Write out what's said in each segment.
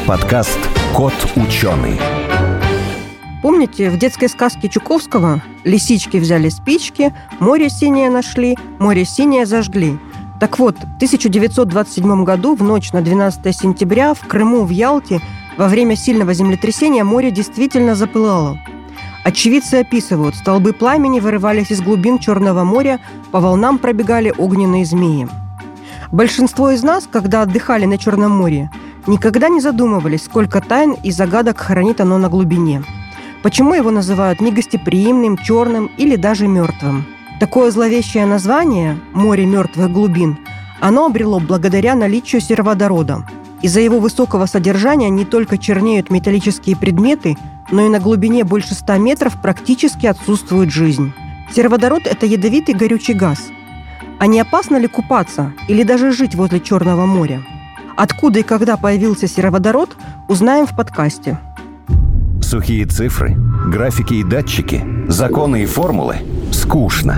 Подкаст «Кот-ученый». Помните, в детской сказке Чуковского лисички взяли спички, море синее нашли, море синее зажгли. Так вот, в 1927 году, в ночь на 12 сентября, в Крыму, в Ялте, во время сильного землетрясения море действительно запылало. Очевидцы описывают, столбы пламени вырывались из глубин Черного моря, по волнам пробегали огненные змеи. Большинство из нас, когда отдыхали на Черном море, никогда не задумывались, сколько тайн и загадок хранит оно на глубине. Почему его называют негостеприимным, черным или даже мертвым? Такое зловещее название «Море мертвых глубин» оно обрело благодаря наличию сероводорода. Из-за его высокого содержания не только чернеют металлические предметы, но и на глубине больше 100 метров практически отсутствует жизнь. Сероводород – это ядовитый горючий газ. А не опасно ли купаться или даже жить возле Черного моря? Откуда и когда появился сероводород, узнаем в подкасте. Сухие цифры, графики и датчики, законы и формулы – скучно.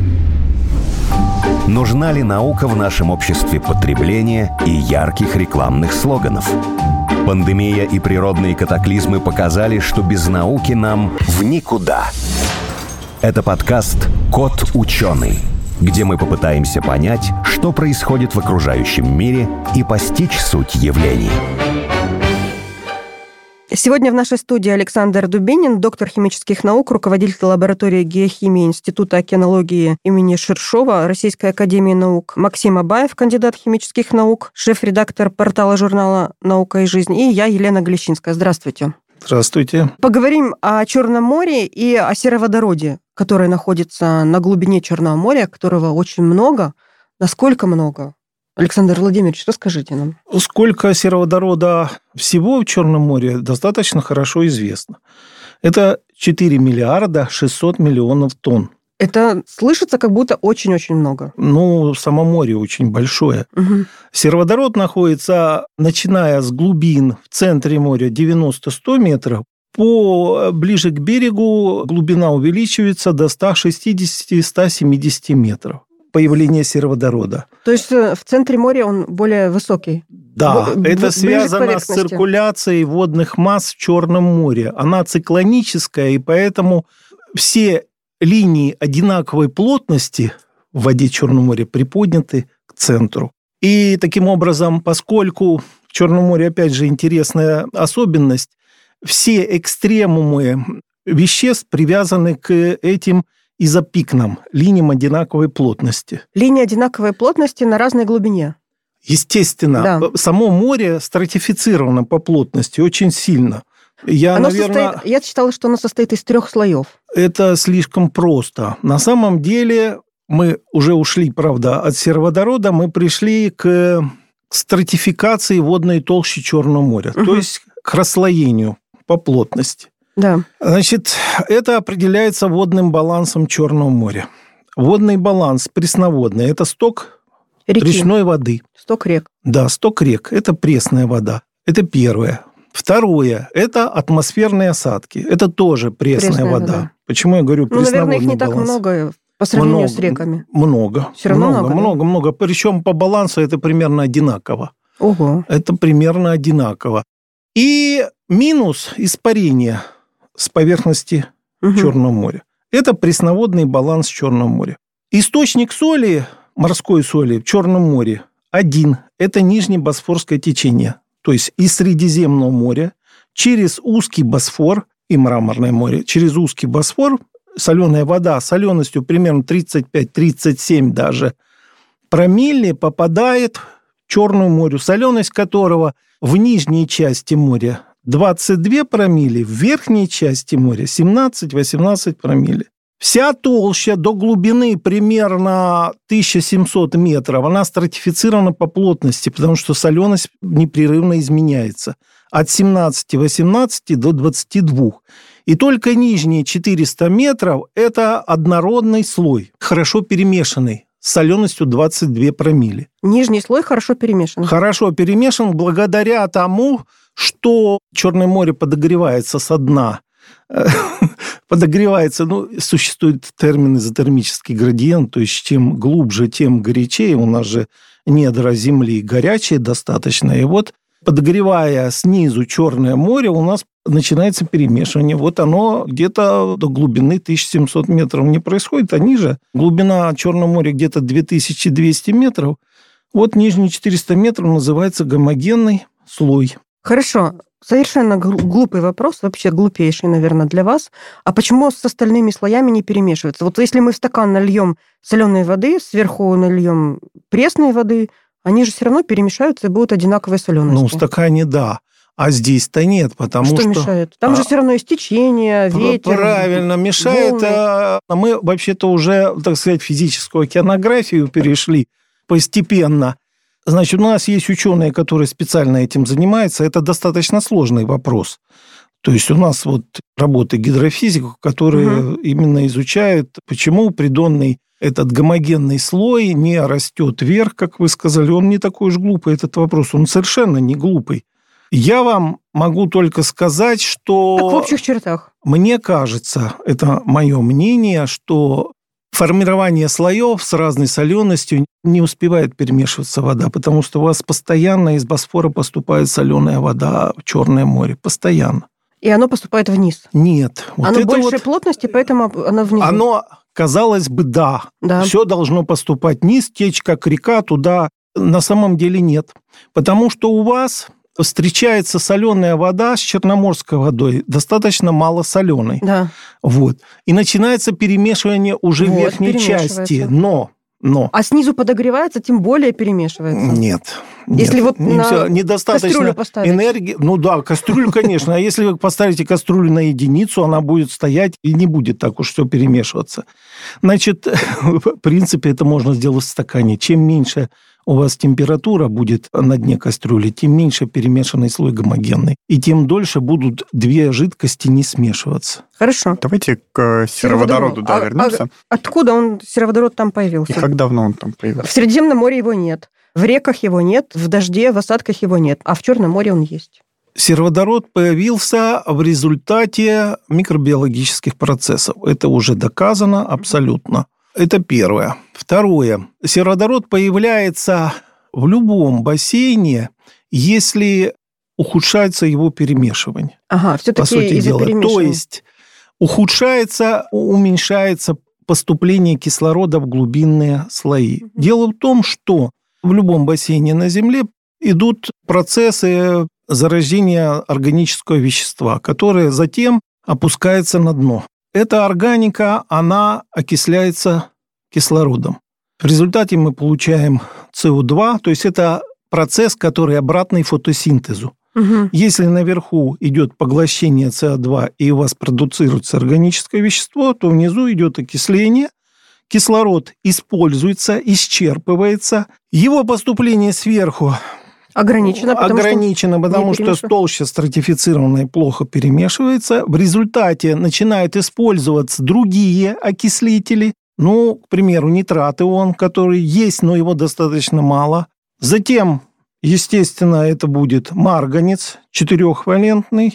Нужна ли наука в нашем обществе потребления и ярких рекламных слоганов? Пандемия и природные катаклизмы показали, что без науки нам в никуда. Это подкаст «Кот-ученый», где мы попытаемся понять, что происходит в окружающем мире и постичь суть явлений. Сегодня в нашей студии Александр Дубинин, доктор химических наук, руководитель лаборатории геохимии Института океанологии имени Ширшова Российской академии наук, Максим Абаев, кандидат химических наук, шеф-редактор портала журнала «Наука и жизнь», и я, Елена Глещинская. Здравствуйте. Здравствуйте. Поговорим о Черном море и о сероводороде, который находится на глубине Черного моря, которого очень много. Насколько много? Александр Владимирович, расскажите нам. Сколько сероводорода всего в Черном море, достаточно хорошо известно. Это 4 миллиарда 600 миллионов тонн. Это слышится как будто очень-очень много. Само море очень большое. Угу. Сероводород находится, начиная с глубин в центре моря 90-100 метров, ближе к берегу глубина увеличивается до 160-170 метров. Появление сероводорода. То есть в центре моря он более высокий? Да, это связано с циркуляцией водных масс в Черном море. Она циклоническая, и поэтому все линии одинаковой плотности в воде Черного моря приподняты к центру. И таким образом, поскольку в Черном море, опять же, интересная особенность, все экстремумы веществ привязаны к этим изопикнам, линиям одинаковой плотности. Линии одинаковой плотности на разной глубине. Естественно. Да. Само море стратифицировано по плотности очень сильно. Я читала, что оно состоит из 3 слоев. Это слишком просто. На самом деле мы уже ушли, правда, от сероводорода, мы пришли к стратификации водной толщи Черного моря, то есть к расслоению по плотности. Да. Значит, это определяется водным балансом Черного моря. Водный баланс пресноводный – это сток речной воды. Сток рек. Да, сток рек – это пресная вода. Это первое. Второе – это атмосферные осадки. Это тоже пресная вода. Почему я говорю пресноводный баланс? Наверное, их не так много по сравнению с реками. Много. Все равно много. Причем по балансу это примерно одинаково. Ого. Это примерно одинаково. И минус испарения с поверхности Черного моря. Это пресноводный баланс Черного моря. Источник соли, морской соли в Черном море один. Это Нижнее Босфорское течение. То есть из Средиземного моря через узкий Босфор и Мраморное море, через узкий Босфор соленая вода соленостью примерно 35-37 даже промилле попадает в Черное море, соленость которого в нижней части моря 22 промилле, в верхней части моря 17-18 промилле. Вся толща до глубины примерно 1700 метров, она стратифицирована по плотности, потому что соленость непрерывно изменяется. От 17-18 до 22. И только нижние 400 метров – это однородный слой, хорошо перемешанный, с соленостью 22 промилле. Нижний слой хорошо перемешан. Хорошо перемешан благодаря тому, что Черное море подогревается со дна. Подогревается, существует термин изотермический градиент, то есть чем глубже, тем горячее. У нас же недра Земли горячие достаточно. И вот подогревая снизу Черное море, у нас начинается перемешивание. Вот оно где-то до глубины 1700 метров не происходит, а ниже глубина Черного моря где-то 2200 метров. Вот нижние 400 метров называется гомогенный слой. Хорошо. Совершенно глупый вопрос, вообще глупейший, наверное, для вас. А почему с остальными слоями не перемешивается? Вот если мы в стакан нальем соленой воды, сверху нальем пресной воды, они же все равно перемешаются и будут одинаковой солености. Ну, в стакане да, а здесь-то нет, потому что... Что мешает? Там же все равно есть течение, ветер. Правильно, мешает. Мы вообще-то уже, так сказать, физическую океанографию перешли постепенно. Значит, у нас есть ученые, которые специально этим занимаются. Это достаточно сложный вопрос. То есть у нас вот работы гидрофизиков, которые именно изучают, почему придонный этот гомогенный слой не растет вверх, как вы сказали. Он не такой уж глупый, этот вопрос. Он совершенно не глупый. Я вам могу только сказать, что... Так в общих чертах. Мне кажется, это мое мнение, что формирование слоев с разной соленостью не успевает перемешиваться вода, потому что у вас постоянно из Босфора поступает соленая вода в Черное море. Постоянно. И оно поступает вниз? Нет. Вот оно большей плотности, поэтому оно внизу? Оно, казалось бы, да. Все должно поступать вниз, течь как река туда. На самом деле нет. Потому что у вас встречается соленая вода с черноморской водой, достаточно мало соленой. Да. Вот. И начинается перемешивание уже в верхней части. Но... А снизу подогревается, тем более перемешивается? Нет. Если вот недостаточно энергии... Ну да, кастрюлю, конечно. А если вы поставите кастрюлю на единицу, она будет стоять и не будет так уж все перемешиваться. Значит, в принципе, это можно сделать в стакане. Чем меньше у вас температура будет на дне кастрюли, тем меньше перемешанный слой гомогенный. И тем дольше будут две жидкости не смешиваться. Хорошо. Давайте к сероводороду вернемся. Откуда сероводород там появился? И как давно он там появился? В Средиземном море его нет. В реках его нет, в дожде, в осадках его нет. А в Черном море он есть. Сероводород появился в результате микробиологических процессов. Это уже доказано абсолютно. Это первое. Второе. Сероводород появляется в любом бассейне, если ухудшается его перемешивание. Ага, все-таки по сути дела. То есть ухудшается, уменьшается поступление кислорода в глубинные слои. Дело в том, что в любом бассейне на Земле идут процессы зарождения органического вещества, которое затем опускается на дно. Эта органика, она окисляется кислородом. В результате мы получаем СО2, то есть это процесс, который обратный фотосинтезу. Если наверху идет поглощение СО2 и у вас продуцируется органическое вещество, то внизу идет окисление, кислород используется, исчерпывается, его поступление сверху ограничено, потому что толще стратифицированное плохо перемешивается. В результате начинают использоваться другие окислители, к примеру, нитрат ион, который есть, но его достаточно мало. Затем, естественно, это будет марганец 4-валентный,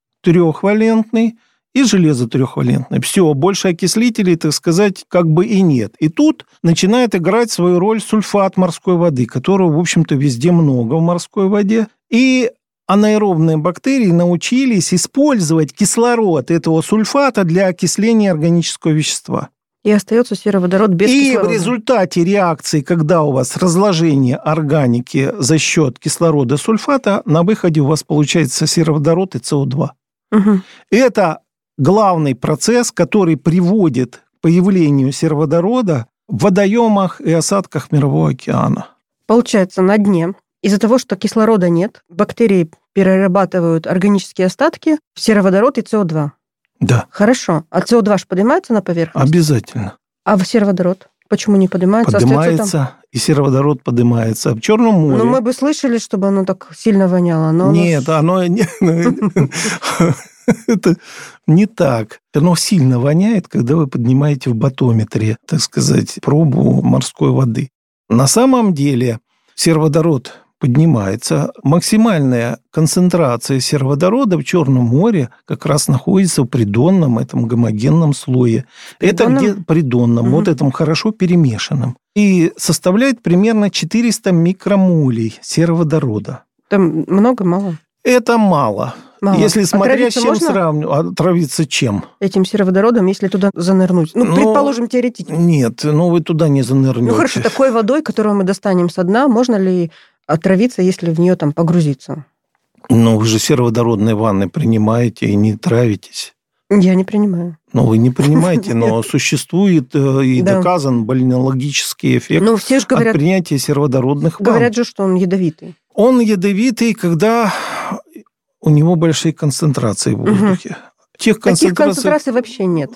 3-валентный и железо 3-валентное. Все, больше окислителей, так сказать, как бы и нет. И тут начинает играть свою роль сульфат морской воды, которого, в общем-то, везде много в морской воде. И анаэробные бактерии научились использовать кислород этого сульфата для окисления органического вещества. И остается сероводород без кислорода. И в результате реакции, когда у вас разложение органики за счет кислорода сульфата, на выходе у вас получается сероводород и СО2. Это главный процесс, который приводит к появлению сероводорода в водоемах и осадках Мирового океана. Получается, на дне из-за того, что кислорода нет, бактерии перерабатывают органические остатки в сероводород и СО2. Да. Хорошо. А СО2 же поднимается на поверхность? Обязательно. А в сероводород? Почему не поднимается? Поднимается, и сероводород поднимается. В Черном море... Ну, мы бы слышали, чтобы оно так сильно воняло. Но нет, оно... Это не так. Оно сильно воняет, когда вы поднимаете в батометре, так сказать, пробу морской воды. На самом деле сероводород поднимается. Максимальная концентрация сероводорода в Черном море как раз находится в придонном, этом гомогенном слое. Придонном? Это где придонном, вот этом хорошо перемешанном. И составляет примерно 400 микромолей сероводорода. Там много, мало? Это мало. Мало. Если смотря с чем можно? сравнивать, отравиться чем? Этим сероводородом, если туда занырнуть. Предположим, теоретически. Нет, вы туда не занырнете. Хорошо, такой водой, которую мы достанем со дна, можно ли отравиться, если в нее там погрузиться? Вы же сероводородные ванны принимаете и не травитесь. Я не принимаю. Вы не принимаете, но существует и доказан бальнеологический эффект все же говорят, от принятия сероводородных ванн. Говорят же, что он ядовитый. Он ядовитый, когда у него большие концентрации в воздухе. Таких концентраций вообще нет.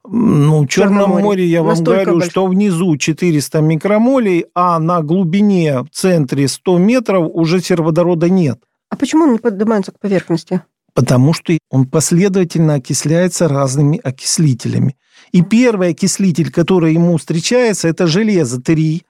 В Черном море я вам говорю, что внизу 400 микромолей, а на глубине, в центре 100 метров уже сероводорода нет. А почему он не поднимается к поверхности? Потому что он последовательно окисляется разными окислителями. И первый окислитель, который ему встречается, это железо-3,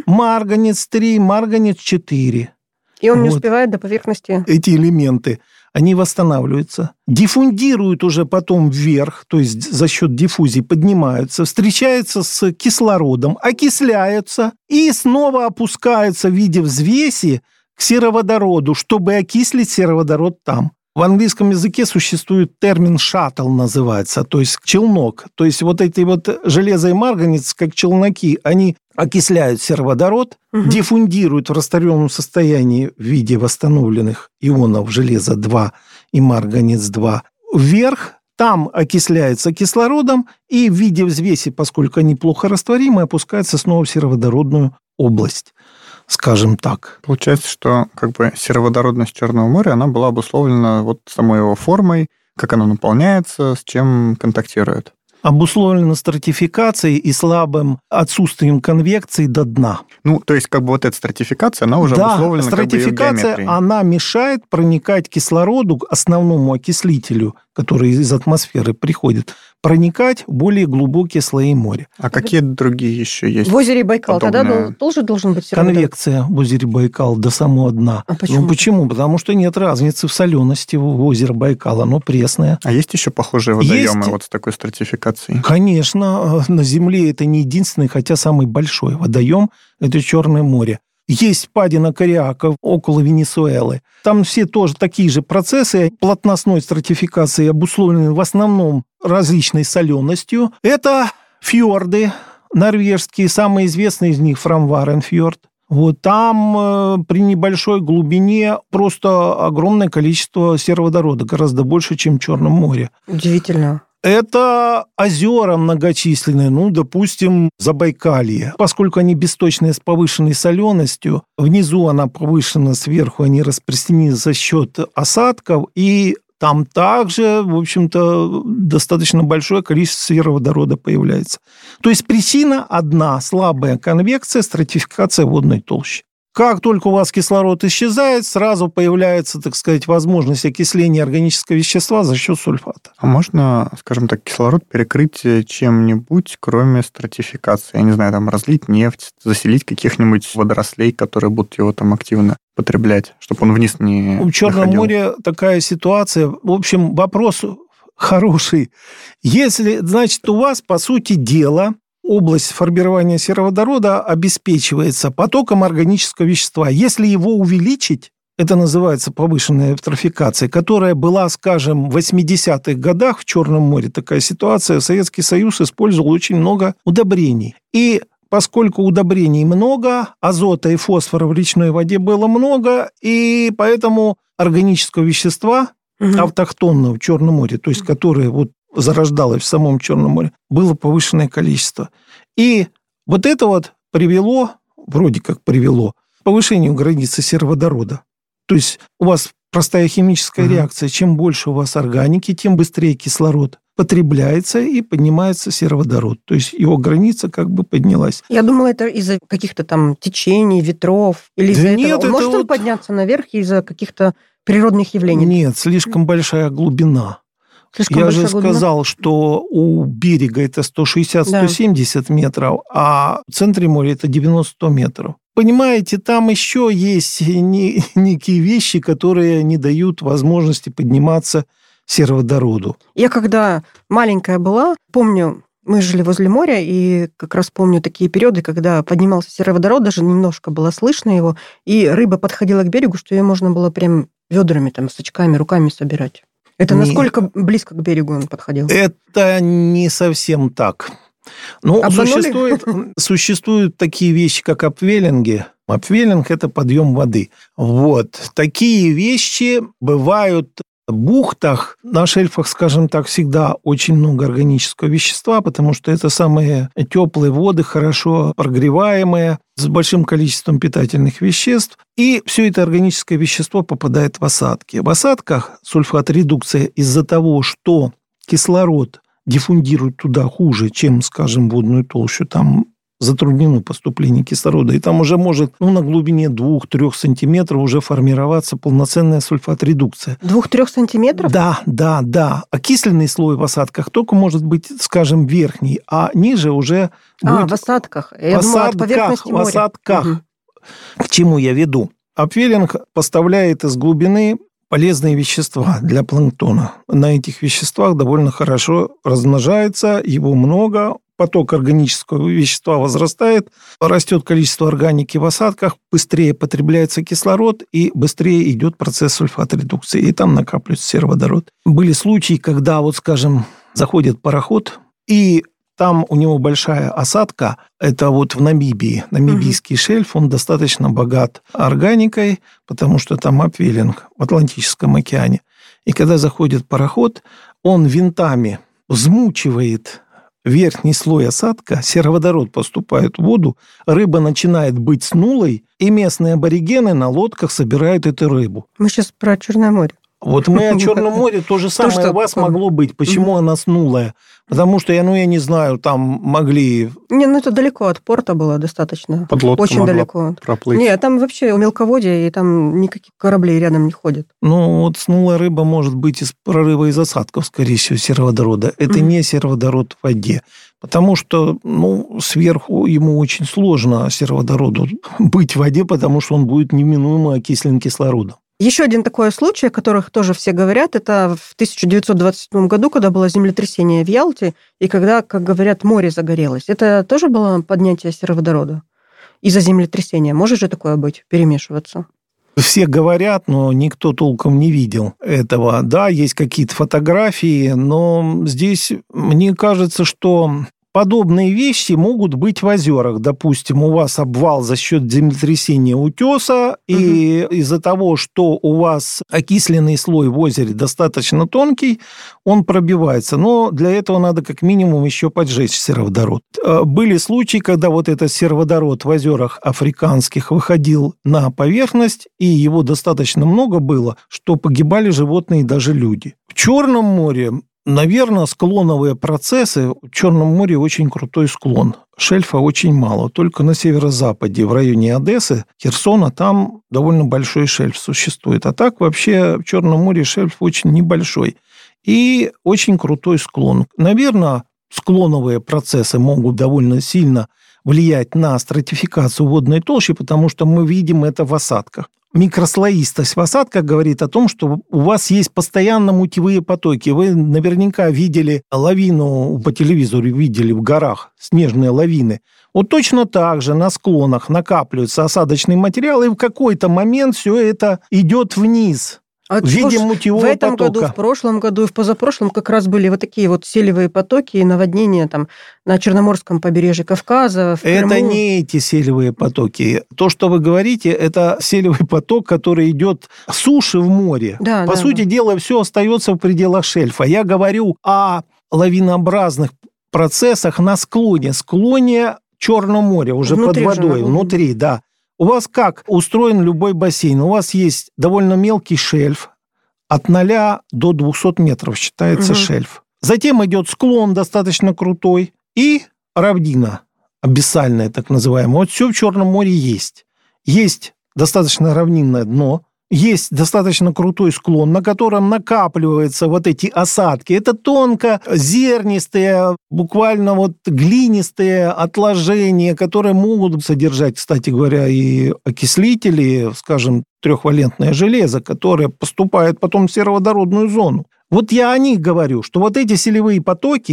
марганец-3, марганец-4. И он не успевает до поверхности. Эти элементы, они восстанавливаются, диффундируют уже потом вверх, то есть за счет диффузии поднимаются, встречаются с кислородом, окисляются и снова опускаются в виде взвеси к сероводороду, чтобы окислить сероводород там. В английском языке существует термин «шаттл» называется, то есть челнок. То есть эти железо и марганец, как челноки, они окисляют сероводород, диффундируют в растворенном состоянии в виде восстановленных ионов железа-2 и марганец-2 вверх, там окисляется кислородом и в виде взвеси, поскольку они плохо растворимы, опускаются снова в сероводородную область. Скажем так. Получается, что сероводородность Черного моря, она была обусловлена самой его формой, как оно наполняется, с чем контактирует. Обусловлено стратификацией и слабым отсутствием конвекции до дна. То есть, эта стратификация, она уже обусловлена стратификация, она мешает проникать кислороду, основному окислителю, который из атмосферы приходит, проникать в более глубокие слои моря. А какие другие еще есть? В озере Байкал тогда тоже должен быть сероводород? Конвекция в озере Байкал до самого дна. А почему? Почему? Потому что нет разницы в солености в озере Байкал, оно пресное. А есть еще похожие водоемы с такой стратификацией? Конечно, на Земле это не единственный, хотя самый большой водоем – это Черное море. Есть впадина Кориака около Венесуэлы. Там все тоже такие же процессы плотностной стратификации обусловлены в основном различной соленостью. Это фьорды норвежские, самый известный из них Фрамваренфьорд. Там при небольшой глубине просто огромное количество сероводорода, гораздо больше, чем в Черном море. Удивительно. Это озера многочисленные, допустим, Забайкалье. Поскольку они бесточные с повышенной соленостью, внизу она повышена, сверху они распространены за счет осадков, и там также, в общем-то, достаточно большое количество сероводорода появляется. То есть причина одна – слабая конвекция, стратификация водной толщи. Как только у вас кислород исчезает, сразу появляется, возможность окисления органического вещества за счет сульфата. А можно, скажем так, кислород перекрыть чем-нибудь, кроме стратификации? Я не знаю, разлить нефть, заселить каких-нибудь водорослей, которые будут его активно потреблять, чтобы он вниз не В Черном море такая ситуация. В общем, вопрос хороший. Если, у вас, по сути дела, область формирования сероводорода обеспечивается потоком органического вещества. Если его увеличить, это называется повышенная эвтрофикация, которая была, скажем, в 80-х годах в Черном море. Такая ситуация. Советский Союз использовал очень много удобрений. И поскольку удобрений много, азота и фосфора в речной воде было много, и поэтому органического вещества автохтонного в Черном море, то есть которое зарождалось в самом Черном море, было повышенное количество. И это привело, вроде как привело, к повышению границы сероводорода. То есть у вас простая химическая реакция. Чем больше у вас органики, тем быстрее кислород потребляется и поднимается сероводород. То есть его граница поднялась. Я думала, это из-за каких-то течений, ветров. Или из-за этого. Может он подняться наверх из-за каких-то природных явлений? Нет, слишком большая глубина. Я же сказал, что у берега это 160-170 метров, а в центре моря это 90 метров. Понимаете, там еще есть некие вещи, которые не дают возможности подниматься сероводороду. Я когда маленькая была, помню, Мы жили возле моря, и как раз помню такие периоды, когда поднимался сероводород, даже немножко было слышно его, и рыба подходила к берегу, что ее можно было прям ведрами, там, сачками, руками собирать. Это насколько близко к берегу он подходил? Это не совсем так. Ну, существуют такие вещи, как апвеллинги. Апвеллинг – это подъем воды. Вот. Такие вещи бывают в бухтах. На шельфах, скажем так, всегда очень много органического вещества, потому что это самые теплые воды, хорошо прогреваемые, с большим количеством питательных веществ. И все это органическое вещество попадает в осадки. В осадках сульфат-редукция из-за того, что кислород диффундирует туда хуже, чем, скажем, водную толщу, там затруднено поступление кислорода, и там уже может на глубине 2-3 сантиметров уже формироваться полноценная сульфат-редукция. 2-3 сантиметров? Да. Окисленный слой в осадках только может быть, скажем, верхний, а ниже уже будет... в осадках. Я думала, от поверхности моря. В осадках. Угу. К чему я веду? Апвеллинг поставляет из глубины полезные вещества для планктона. На этих веществах довольно хорошо размножается, его много, поток органического вещества возрастает, растет количество органики в осадках, быстрее потребляется кислород и быстрее идет процесс сульфат-редукции, и там накапливается сероводород. Были случаи, когда, скажем, заходит пароход, и там у него большая осадка, это в Намибии. Намибийский шельф, он достаточно богат органикой, потому что там апвеллинг в Атлантическом океане. И когда заходит пароход, он винтами взмучивает верхний слой осадка, сероводород поступает в воду, рыба начинает быть снулой, и местные аборигены на лодках собирают эту рыбу. Мы сейчас про Черное море. Вот мы о Черном море, то же самое у вас могло быть. Почему она снулая? Потому что, я не знаю, там могли... это далеко от порта было достаточно. Подлодка очень далеко. Проплыть. Нет, там вообще мелководье, и там никаких кораблей рядом не ходят. Снулая рыба может быть из прорыва из осадков, скорее всего, сероводорода. Это не сероводород в воде. Потому что, сверху ему очень сложно сероводороду быть в воде, потому что он будет неминуемо окислен кислородом. Еще один такой случай, о которых тоже все говорят, это в 1927 году, когда было землетрясение в Ялте, и когда, как говорят, море загорелось. Это тоже было поднятие сероводорода из-за землетрясения? Может же такое быть, перемешиваться? Все говорят, но никто толком не видел этого. Да, есть какие-то фотографии, но здесь мне кажется, что... Подобные вещи могут быть в озерах. Допустим, у вас обвал за счет землетрясения утеса, и из-за того, что у вас окисленный слой в озере достаточно тонкий, он пробивается. Но для этого надо как минимум еще поджечь сероводород. Были случаи, когда этот сероводород в озерах африканских выходил на поверхность, и его достаточно много было, что погибали животные и даже люди. В Черном море, наверное, склоновые процессы. В Черном море очень крутой склон. Шельфа очень мало. Только на северо-западе, в районе Одессы, Херсона, там довольно большой шельф существует. А так вообще в Черном море шельф очень небольшой. И очень крутой склон. Наверное, склоновые процессы могут довольно сильно влиять на стратификацию водной толщи, потому что мы видим это в осадках. Микрослоистость в осадках говорит о том, что у вас есть постоянно мутевые потоки. Вы наверняка видели лавину, по телевизору видели в горах, снежные лавины. Точно так же на склонах накапливается осадочный материал, и в какой-то момент все это идет вниз. В виде мутевого потока. В этом году, в прошлом году и в позапрошлом как раз были такие селевые потоки и наводнения там на Черноморском побережье Кавказа, в Крыму. Это не эти селевые потоки. То, что вы говорите, это селевый поток, который идет с суши в море. Да, По сути дела, все остается в пределах шельфа. Я говорю о лавинообразных процессах на склоне Черного моря, уже внутри под водой, внутри, да. У вас как устроен любой бассейн? У вас есть довольно мелкий шельф, от 0 до 200 метров считается шельф. Затем идет склон достаточно крутой и равнина абиссальная, так называемая. Все в Черном море есть. Есть достаточно равнинное дно, есть достаточно крутой склон, на котором накапливаются эти осадки. Это тонко зернистые, буквально глинистые отложения, которые могут содержать, кстати говоря, и окислители, скажем, трехвалентное железо, которое поступает потом в сероводородную зону. Я о них говорю, что эти селевые потоки,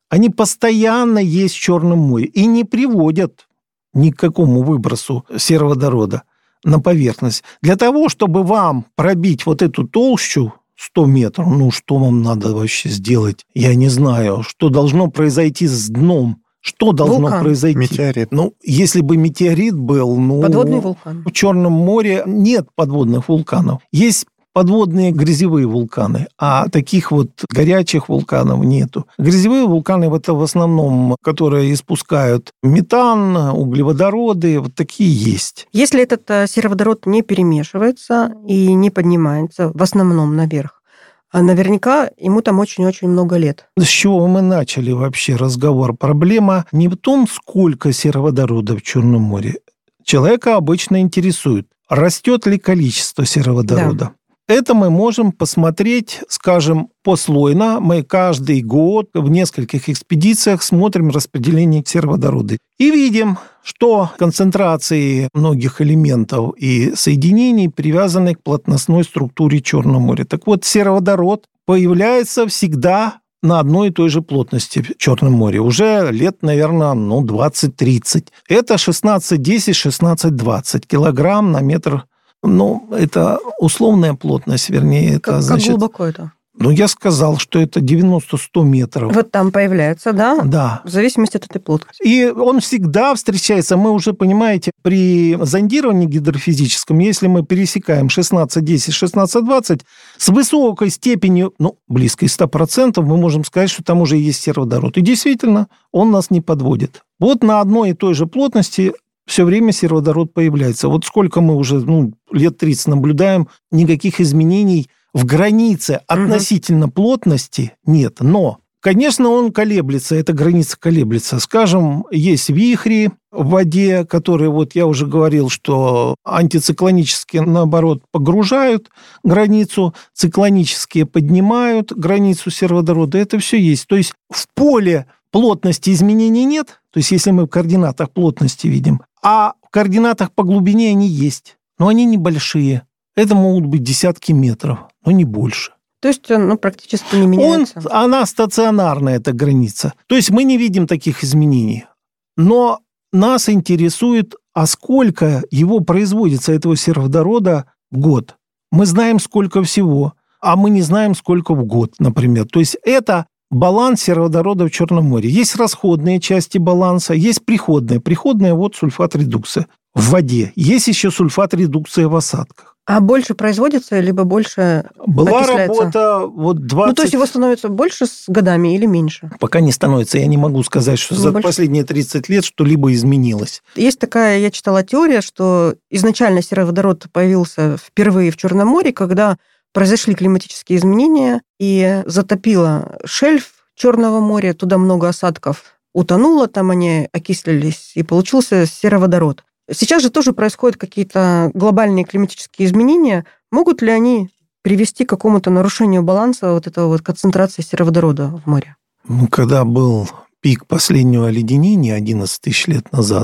Они постоянно есть в Черном море и не приводят ни к какому выбросу сероводорода на поверхность. Для того, чтобы вам пробить вот эту толщу 100 метров, что вам надо вообще сделать? Я не знаю, что должно произойти с дном. Что должно произойти? Метеорит. Если бы метеорит был... Подводный вулкан. В Черном море нет подводных вулканов. Есть подводные грязевые вулканы, а таких вот горячих вулканов нету. Грязевые вулканы – это в основном, которые испускают метан, углеводороды, вот такие есть. Если этот сероводород не перемешивается и не поднимается, в основном наверх, наверняка ему там очень-очень много лет. С чего мы начали вообще разговор? Проблема не в том, сколько сероводорода в Черном море. Человека обычно интересует, растет ли количество сероводорода. Да. Это мы можем посмотреть, скажем, послойно. Мы каждый год в нескольких экспедициях смотрим распределение сероводорода. И видим, что концентрации многих элементов и соединений привязаны к плотностной структуре Черного моря. Так вот, сероводород появляется всегда на одной и той же плотности в Черном море. Уже лет, наверное, 20-30. Это 16-10, 16-20 килограмм на метр. Это условная плотность, вернее. Как глубоко это? Я сказал, что это 90-100 метров. Вот там появляется, да? Да. В зависимости от этой плоскости. И он всегда встречается, мы уже, понимаете, при зондировании гидрофизическом, если мы пересекаем 16-10, 16-20, с высокой степенью, близкой 100%, мы можем сказать, что там уже есть сероводород. И действительно, он нас не подводит. Вот на одной и той же плотности все время сероводород появляется. Вот сколько мы уже лет 30 наблюдаем, никаких изменений в границе относительно плотности нет. Но, конечно, он колеблется, эта граница колеблется. Скажем, есть вихри в воде, которые, я уже говорил, что антициклонические, наоборот, погружают границу, циклонические поднимают границу сероводорода. Это все есть. То есть в поле плотности изменений нет, то есть если мы в координатах плотности видим, а в координатах по глубине они есть, но они небольшие. Это могут быть десятки метров, но не больше. То есть практически не меняется? Она стационарная, эта граница. То есть мы не видим таких изменений. Но нас интересует, а сколько его производится, этого сероводорода, в год. Мы знаем, сколько всего, а мы не знаем, сколько в год, например. То есть это баланс сероводорода в Черном море. Есть расходные части баланса, есть приходные. Приходная сульфат-редукция в воде. Есть еще сульфат-редукция в осадках. А больше производится, либо больше была окисляется? Работа 20... то есть его становится больше с годами или меньше? Пока не становится. Я не могу сказать, что за последние 30 лет что-либо изменилось. Есть такая, я читала теория, что изначально сероводород появился впервые в Черном море, когда произошли климатические изменения, и затопило шельф Черного моря, туда много осадков утонуло, там они окислились, и получился сероводород. Сейчас же тоже происходят какие-то глобальные климатические изменения. Могут ли они привести к какому-то нарушению баланса этого концентрации сероводорода в море? Когда был пик последнего оледенения 11 тысяч лет назад,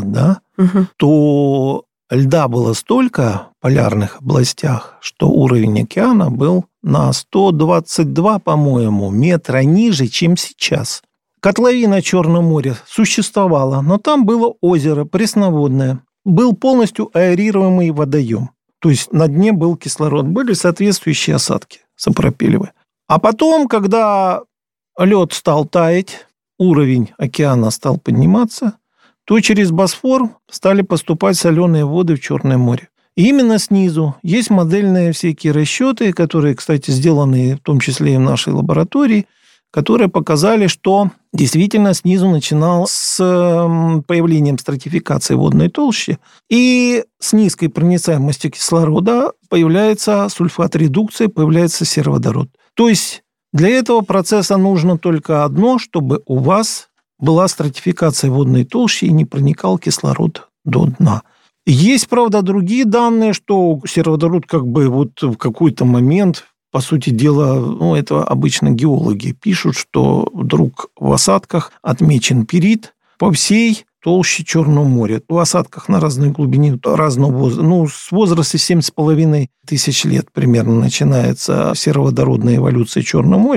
то льда было столько в полярных областях, что уровень океана был на 122, по-моему, метра ниже, чем сейчас. Котловина Черного моря существовала, но там было озеро пресноводное. Был полностью аэрируемый водоем. То есть на дне был кислород, были соответствующие осадки сапропелевые. А потом, когда лед стал таять, уровень океана стал подниматься, то через Босфор стали поступать соленые воды в Черное море. И именно снизу есть модельные всякие расчеты, которые, кстати, сделаны в том числе и в нашей лаборатории, которые показали, что действительно снизу начинал с появлением стратификации водной толщи, и с низкой проницаемостью кислорода появляется сульфат-редукция, появляется сероводород. То есть для этого процесса нужно только одно, чтобы у вас была стратификация водной толщи и не проникал кислород до дна. Есть, правда, другие данные, что сероводород в какой-то момент, по сути дела, это обычно геологи пишут, что вдруг в осадках отмечен пирит по всей толще Черного моря. В осадках на разной глубине, разного возраста. С возраста 7,5 тысяч лет примерно начинается сероводородная эволюция Черного моря.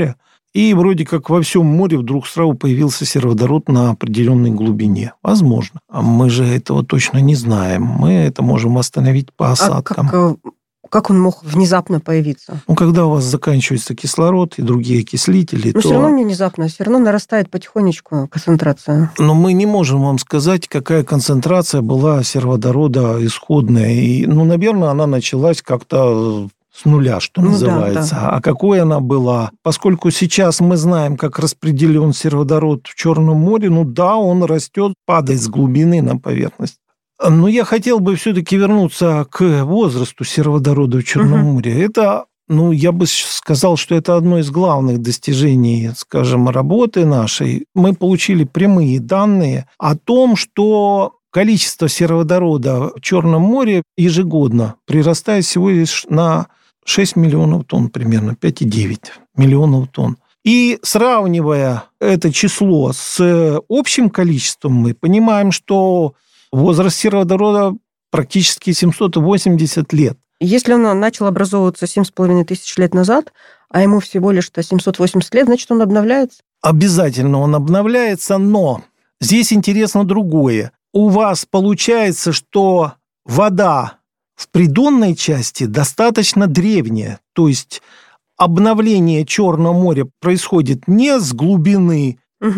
и вроде как во всем море вдруг сразу появился сероводород на определенной глубине. Возможно. А мы же этого точно не знаем. Мы это можем восстановить по осадкам. Как он мог внезапно появиться? Когда у вас заканчивается кислород и другие окислители, но все равно не внезапно, все равно нарастает потихонечку концентрация. Но мы не можем вам сказать, какая концентрация была сероводорода исходная. И, наверное, она началась как-то с нуля, что называется. Да. А какой она была? Поскольку сейчас мы знаем, как распределен сероводород в Черном море, он растет, падает с глубины на поверхность. Но я хотел бы все-таки вернуться к возрасту сероводорода в Черном море. Это, я бы сказал, что это одно из главных достижений, скажем, работы нашей. Мы получили прямые данные о том, что количество сероводорода в Черном море ежегодно прирастает всего лишь на 6 миллионов тонн примерно, 5,9 миллионов тонн. И сравнивая это число с общим количеством, мы понимаем, что возраст сероводорода практически 780 лет. Если он начал образовываться 7,5 тысяч лет назад, а ему всего лишь 780 лет, значит, он обновляется? Обязательно он обновляется, но здесь интересно другое. У вас получается, что вода в придонной части достаточно древняя, то есть обновление Черного моря происходит не с глубины,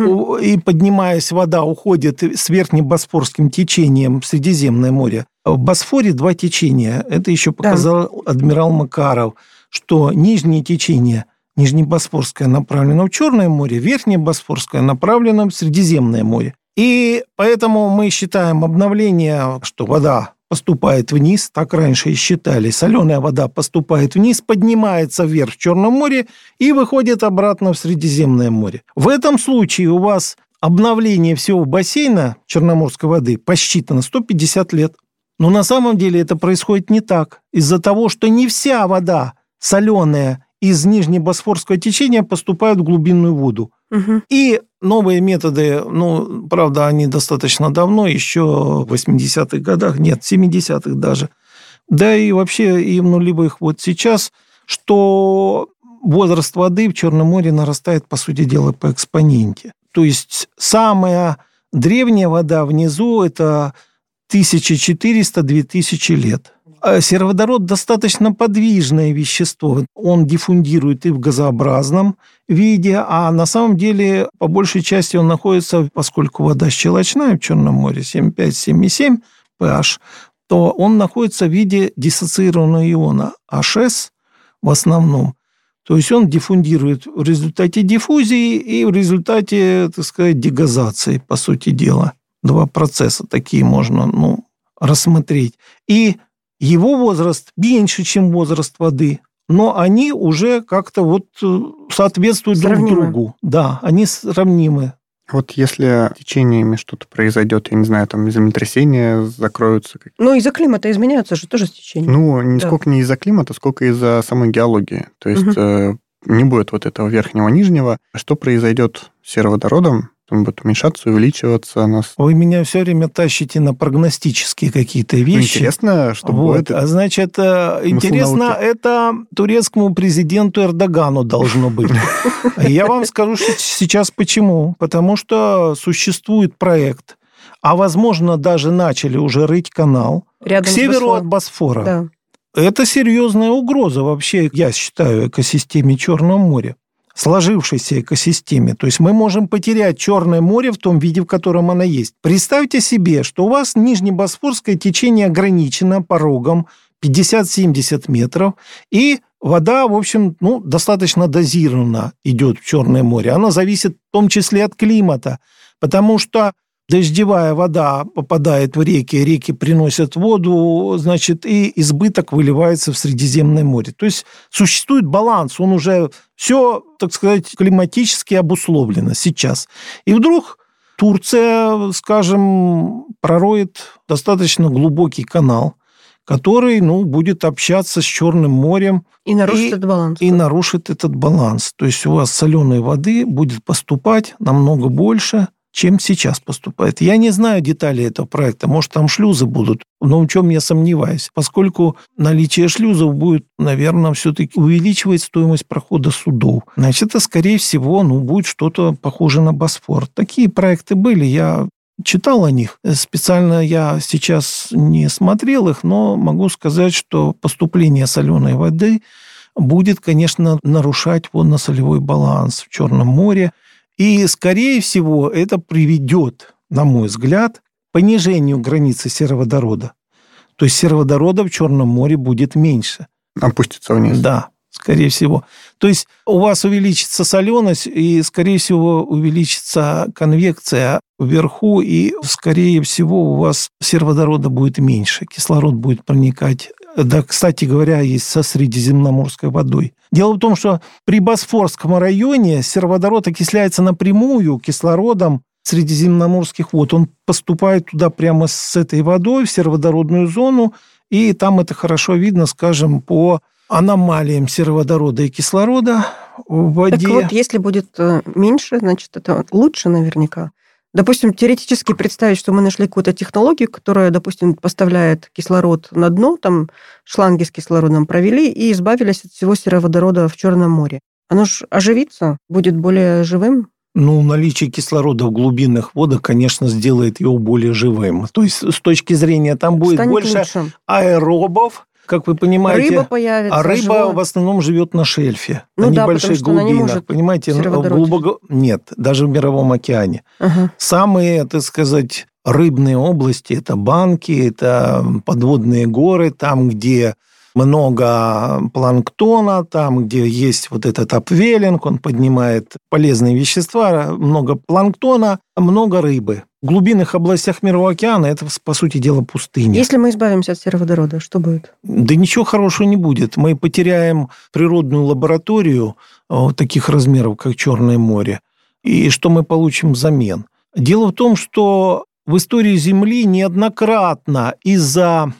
и, поднимаясь, вода уходит с верхним Босфорским течением в Средиземное море. В Босфоре 2 течения. Это еще показал адмирал Макаров, что нижнее течение, Нижнебосфорское, направлено в Черное море, верхнее Босфорское направлено в Средиземное море. И поэтому мы считаем обновление, что вода поступает вниз, так раньше и считали. Соленая вода поступает вниз, поднимается вверх в Черном море и выходит обратно в Средиземное море. В этом случае у вас обновление всего бассейна черноморской воды посчитано 150 лет. Но на самом деле это происходит не так. Из-за того, что не вся вода соленая из Нижнебосфорского течения поступает в глубинную воду. И новые методы, правда, они достаточно давно, еще в 80-х годах, нет, в 70-х даже, да и вообще и в нулевых вот сейчас, что возраст воды в Черном море нарастает, по сути дела, по экспоненте. То есть самая древняя вода внизу – это 1400-2000 лет. Сероводород достаточно подвижное вещество. Он диффундирует и в газообразном виде, а на самом деле, по большей части, он находится, поскольку вода щелочная в Черном море, 7,5-7,7 pH, то он находится в виде диссоциированного иона H в основном. То есть он диффундирует в результате диффузии и в результате, так сказать, дегазации, по сути дела. 2 процесса такие можно, рассмотреть. И его возраст меньше, чем возраст воды, но они уже как-то соответствуют друг другу. Да, они сравнимы. Вот если течениями что-то произойдет, я не знаю, там землетрясения закроются. Из-за климата изменяются же тоже течения. Сколько не из-за климата, сколько из-за самой геологии. То есть не будет вот этого верхнего-нижнего. Что произойдет с сероводородом? Он будет уменьшаться, увеличиваться. Вы меня все время тащите на прогностические какие-то вещи. Интересно, что будет. Значит, интересно, это турецкому президенту Эрдогану должно быть. Я вам скажу сейчас почему. Потому что существует проект, а, возможно, даже начали уже рыть канал к северу от Босфора. Да. Это серьезная угроза вообще, я считаю, экосистеме Черного моря. Сложившейся экосистеме. То есть мы можем потерять Черное море в том виде, в котором оно есть. Представьте себе, что у вас Нижнебосфорское течение ограничено порогом 50-70 метров, и вода, в общем, достаточно дозированно идет в Черное море. Она зависит в том числе от климата, потому что дождевая вода попадает в реки приносят воду, значит, и избыток выливается в Средиземное море. То есть существует баланс, он уже все, так сказать, климатически обусловлено сейчас. И вдруг Турция, скажем, пророет достаточно глубокий канал, который, будет общаться с Черным морем. И нарушит этот баланс. И нарушит этот баланс. То есть у вас соленой воды будет поступать намного больше, чем сейчас поступает. Я не знаю деталей этого проекта. Может, там шлюзы будут, но в чем я сомневаюсь. Поскольку наличие шлюзов будет, наверное, все-таки увеличивать стоимость прохода судов. Значит, это, скорее всего, будет что-то похоже на Босфор. Такие проекты были, я читал о них. Специально я сейчас не смотрел их, но могу сказать, что поступление соленой воды будет, конечно, нарушать водно-солевой баланс в Черном море. И, скорее всего, это приведет, на мой взгляд, к понижению границы сероводорода. То есть сероводорода в Черном море будет меньше. Опустится вниз. Да, скорее всего. То есть у вас увеличится соленость, и, скорее всего, увеличится конвекция вверху, и, скорее всего, у вас сероводорода будет меньше. Кислород будет проникать. Да, кстати говоря, есть со средиземноморской водой. Дело в том, что при Босфорском районе сероводород окисляется напрямую кислородом средиземноморских вод. Он поступает туда прямо с этой водой в сероводородную зону, и там это хорошо видно, скажем, по аномалиям сероводорода и кислорода в воде. Так вот, если будет меньше, значит, это лучше наверняка. Допустим, теоретически представить, что мы нашли какую-то технологию, которая, допустим, поставляет кислород на дно, там шланги с кислородом провели и избавились от всего сероводорода в Черном море. Оно же оживится, будет более живым? Наличие кислорода в глубинных водах, конечно, сделает его более живым. То есть, с точки зрения, там будет станет больше лучше. Аэробов, как вы понимаете. Рыба появится. А рыба в основном живет на шельфе, на небольших глубинах. Понимаете, глубоко... Нет, даже в Мировом океане. Ага. Самые, так сказать, рыбные области – это банки, это подводные горы, там, где много планктона, там, где есть вот этот апвеллинг, он поднимает полезные вещества, много планктона, много рыбы. В глубинных областях Мирового океана это, по сути дела, пустыня. Если мы избавимся от сероводорода, что будет? Да ничего хорошего не будет. Мы потеряем природную лабораторию таких размеров, как Черное море. И что мы получим взамен? Дело в том, что в истории Земли неоднократно из-за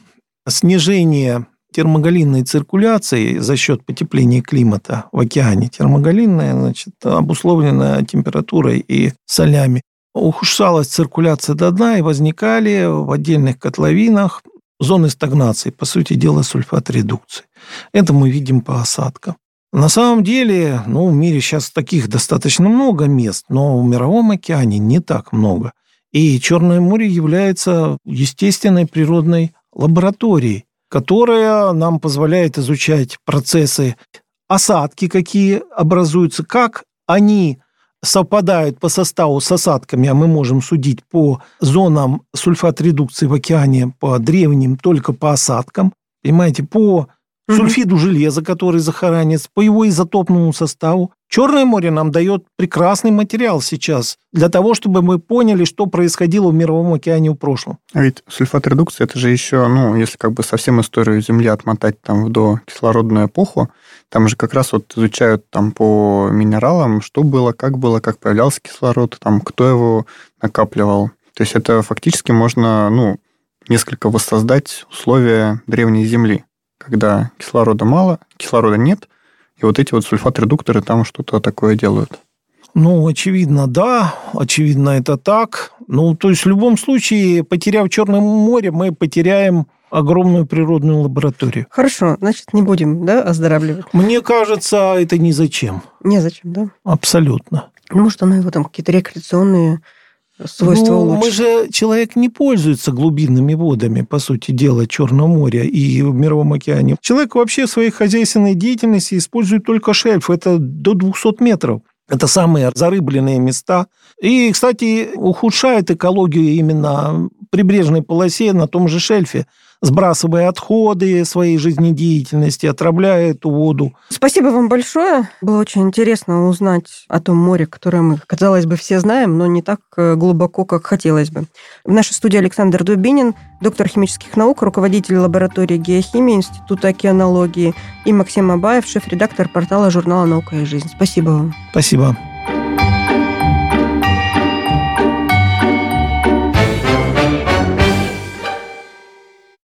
снижения термогалинной циркуляции за счет потепления климата в океане, термогалинная, значит, обусловленная температурой и солями, ухудшалась циркуляция до дна, и возникали в отдельных котловинах зоны стагнации, по сути дела, сульфат-редукции. Это мы видим по осадкам. На самом деле, в мире сейчас таких достаточно много мест, но в Мировом океане не так много. И Черное море является естественной природной лабораторией, которая нам позволяет изучать процессы осадки, какие образуются, как они совпадают по составу с осадками, а мы можем судить по зонам сульфат-редукции в океане, по древним, только по осадкам, понимаете, по сульфиду железа, который захоранится, по его изотопному составу. Черное море нам дает прекрасный материал сейчас для того, чтобы мы поняли, что происходило в Мировом океане в прошлом. А ведь сульфат-редукция, это же еще, если совсем историю Земли отмотать там в докислородную эпоху, там же как раз изучают там по минералам, что было, как появлялся кислород, там, кто его накапливал. То есть это фактически можно, несколько воссоздать условия древней Земли, когда кислорода мало, кислорода нет, и эти сульфат-редукторы там что-то такое делают. Очевидно, да, очевидно, это так. То есть в любом случае, потеряв Черное море, мы потеряем огромную природную лабораторию. Хорошо, значит, не будем, оздоравливать? Мне кажется, это незачем. Незачем, да? Абсолютно. Может, оно его там какие-то рекреационные свойства улучшит. Человек не пользуется глубинными водами, по сути дела, Черного моря и в Мировом океане. Человек вообще в своей хозяйственной деятельности использует только шельф. Это до 200 метров. Это самые зарыбленные места. И, кстати, ухудшает экологию именно прибрежной полосе на том же шельфе, сбрасывая отходы своей жизнедеятельности, отравляя эту воду. Спасибо вам большое. Было очень интересно узнать о том море, которое мы, казалось бы, все знаем, но не так глубоко, как хотелось бы. В нашей студии Александр Дубинин, доктор химических наук, руководитель лаборатории геохимии Института океанологии, и Максим Абаев, шеф-редактор портала журнала «Наука и жизнь». Спасибо вам. Спасибо.